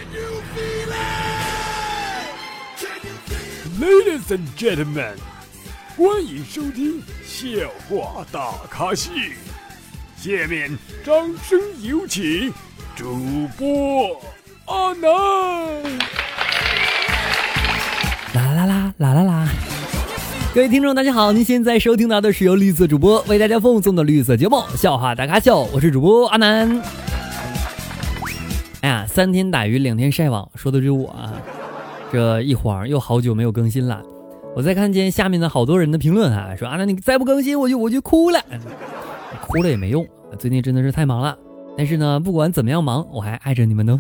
Ladies and gentlemen， 欢迎收听笑话大咖秀。下面掌声有请主播阿南。 啦啦啦啦啦啦！各位听众大家好，您现在收听到的是由绿色主播为大家奉送的绿色节目笑话大咖秀，我是主播阿南。哎呀，3天打鱼2天晒网，说的就是我啊。这一晃又好久没有更新了，我再看见下面的好多人的评论啊，说阿南你再不更新我就哭了，哭了也没用，最近真的是太忙了。但是呢，不管怎么样忙，我还爱着你们呢。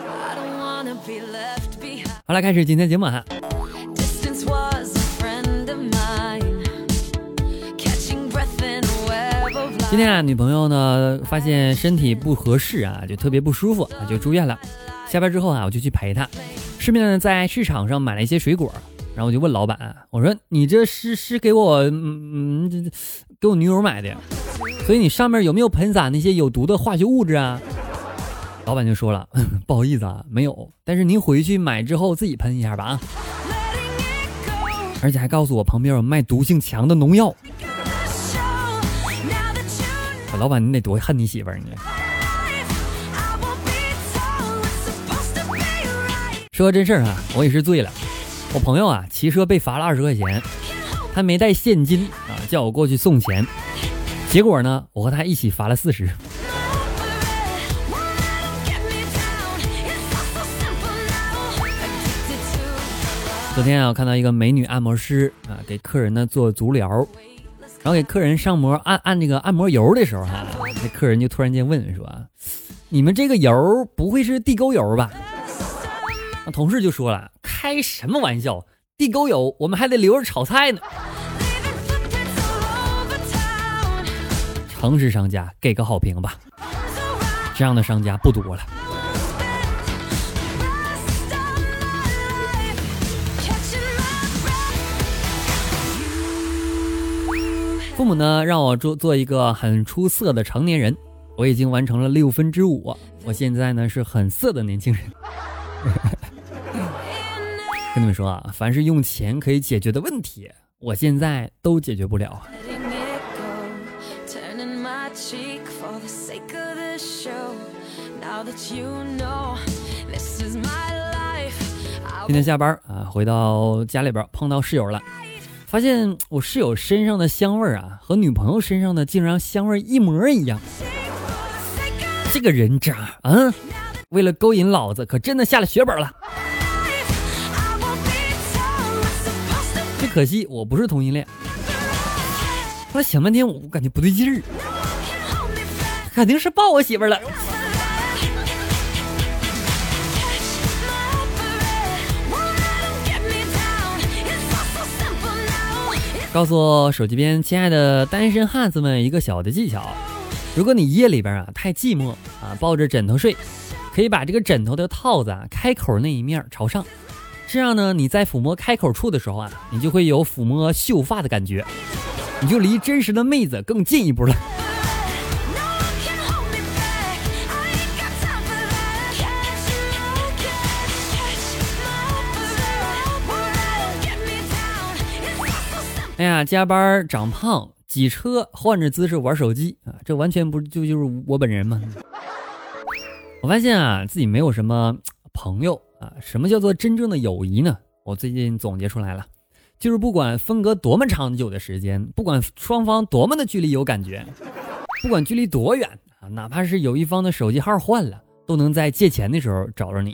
好了，开始今天节目哈。今天啊，女朋友呢发现身体不合适啊，就特别不舒服啊，就住院了。下班之后啊，我就去陪她。顺便呢，在市场上买了一些水果，然后我就问老板，我说你这是给我给我女友买的，所以你上面有没有喷洒那些有毒的化学物质啊？老板就说了，不好意思啊，没有，但是您回去买之后自己喷一下吧啊。而且还告诉我旁边有卖毒性强的农药。老板你得多恨你媳妇儿你。说个真事儿啊，我也是醉了。我朋友啊骑车被罚了20块钱，他没带现金啊，叫我过去送钱。结果呢，我和他一起罚了40。昨天啊，我看到一个美女按摩师啊，给客人呢做足疗，然后给客人上膜按这个按摩油的时候哈，那客人就突然间问说：“你们这个油不会是地沟油吧？”同事就说了，开什么玩笑，地沟油我们还得留着炒菜呢。诚实商家给个好评吧，这样的商家不多了。父母呢让我做一个很出色的成年人，我已经完成了5/6，我现在呢是很色的年轻人。跟你们说啊，凡是用钱可以解决的问题，我现在都解决不了。今天下班啊，回到家里边碰到室友了，发现我室友身上的香味啊，和女朋友身上的竟然香味一模一样。这个人渣啊，为了勾引老子，可真的下了血本了。只可惜我不是同性恋。后来想半天，我感觉不对劲儿，肯定是抱我媳妇儿了。告诉手机边亲爱的单身汉子们一个小的技巧：如果你夜里边啊太寂寞啊，抱着枕头睡，可以把这个枕头的套子啊开口那一面朝上。这样呢，你在抚摸开口处的时候啊，你就会有抚摸秀发的感觉，你就离真实的妹子更进一步了。哎呀，加班长胖，挤车换着姿势玩手机啊，这完全不就是我本人吗？我发现啊，自己没有什么朋友啊，什么叫做真正的友谊呢？我最近总结出来了，就是不管分隔多么长久的时间，不管双方多么的距离有感觉，不管距离多远啊，哪怕是有一方的手机号换了，都能在借钱的时候找着你。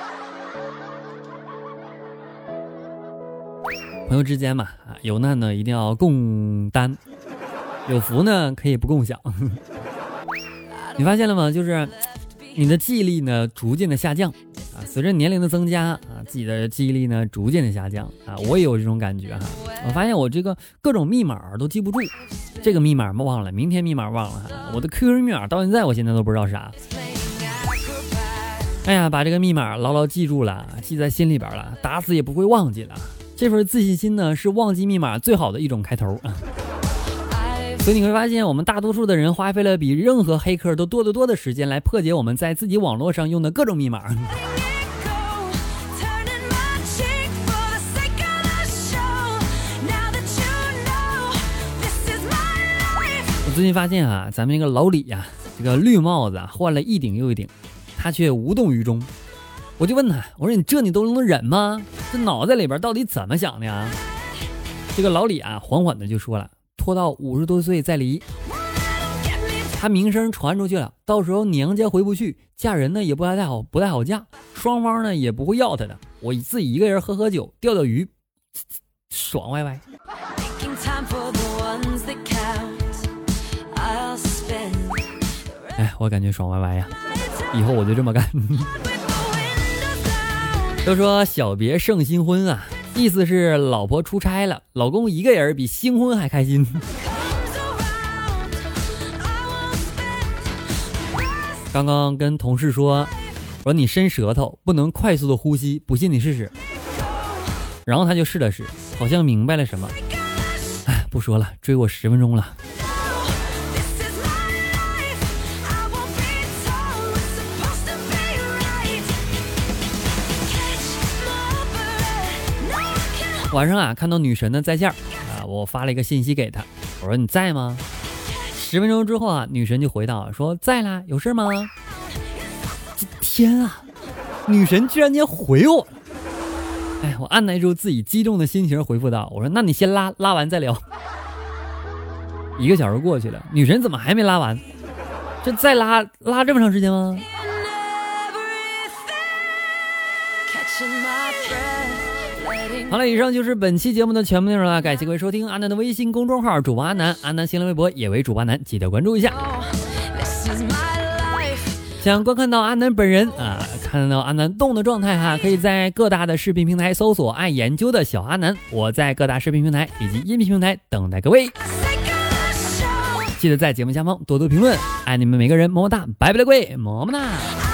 朋友之间嘛，有难呢一定要共担，有福呢可以不共享。你发现了吗？就是你的记忆力呢逐渐的下降啊，随着年龄的增加啊，自己的记忆力呢逐渐的下降啊，我也有这种感觉哈。我发现我这个各种密码都记不住，这个密码忘了，明天密码忘了哈，我的 QQ 密码到现在我现在都不知道啥。哎呀，把这个密码牢牢记住了，记在心里边了，打死也不会忘记了。这份自信心呢，是忘记密码最好的一种开头啊。所以你会发现，我们大多数的人花费了比任何黑客都多得多的时间来破解我们在自己网络上用的各种密码。 最近发现啊，咱们那个老李呀，这个绿帽子啊换了一顶又一顶，他却无动于衷。我就问他，我说你都能忍吗？这脑袋里边到底怎么想的呀？这个老李啊缓缓的就说了，拖到50多岁再离。他名声传出去了，到时候娘家回不去，嫁人呢也不太好嫁，双方呢也不会要他的。我自己一个人喝酒，钓鱼，爽歪歪。哎，我感觉爽歪歪呀，以后我就这么干。都说小别胜新婚啊，意思是老婆出差了，老公一个人比新婚还开心。刚刚跟同事说你伸舌头不能快速的呼吸，不信你试试。然后他就试了试，好像明白了什么。哎，不说了，追我10分钟了。晚上啊，看到女神的在线啊，我发了一个信息给她，我说你在吗？10分钟之后啊，女神就回道说在啦，有事吗？天啊，女神居然间回我！哎，我按耐住自己激动的心情回复道，我说那你先拉完再聊。1个小时过去了，女神怎么还没拉完？这再拉这么长时间吗？好了，以上就是本期节目的全部内容了，感谢各位收听阿南的微信公众号主播阿南，阿南新浪微博也为主播阿南，记得关注一下。想观看到阿南本人啊，看到阿南动的状态哈，可以在各大的视频平台搜索爱研究的小阿南，我在各大视频平台以及音频平台等待各位。记得在节目下方多多评论，爱你们每个人，么么哒，拜拜了各位，么么哒。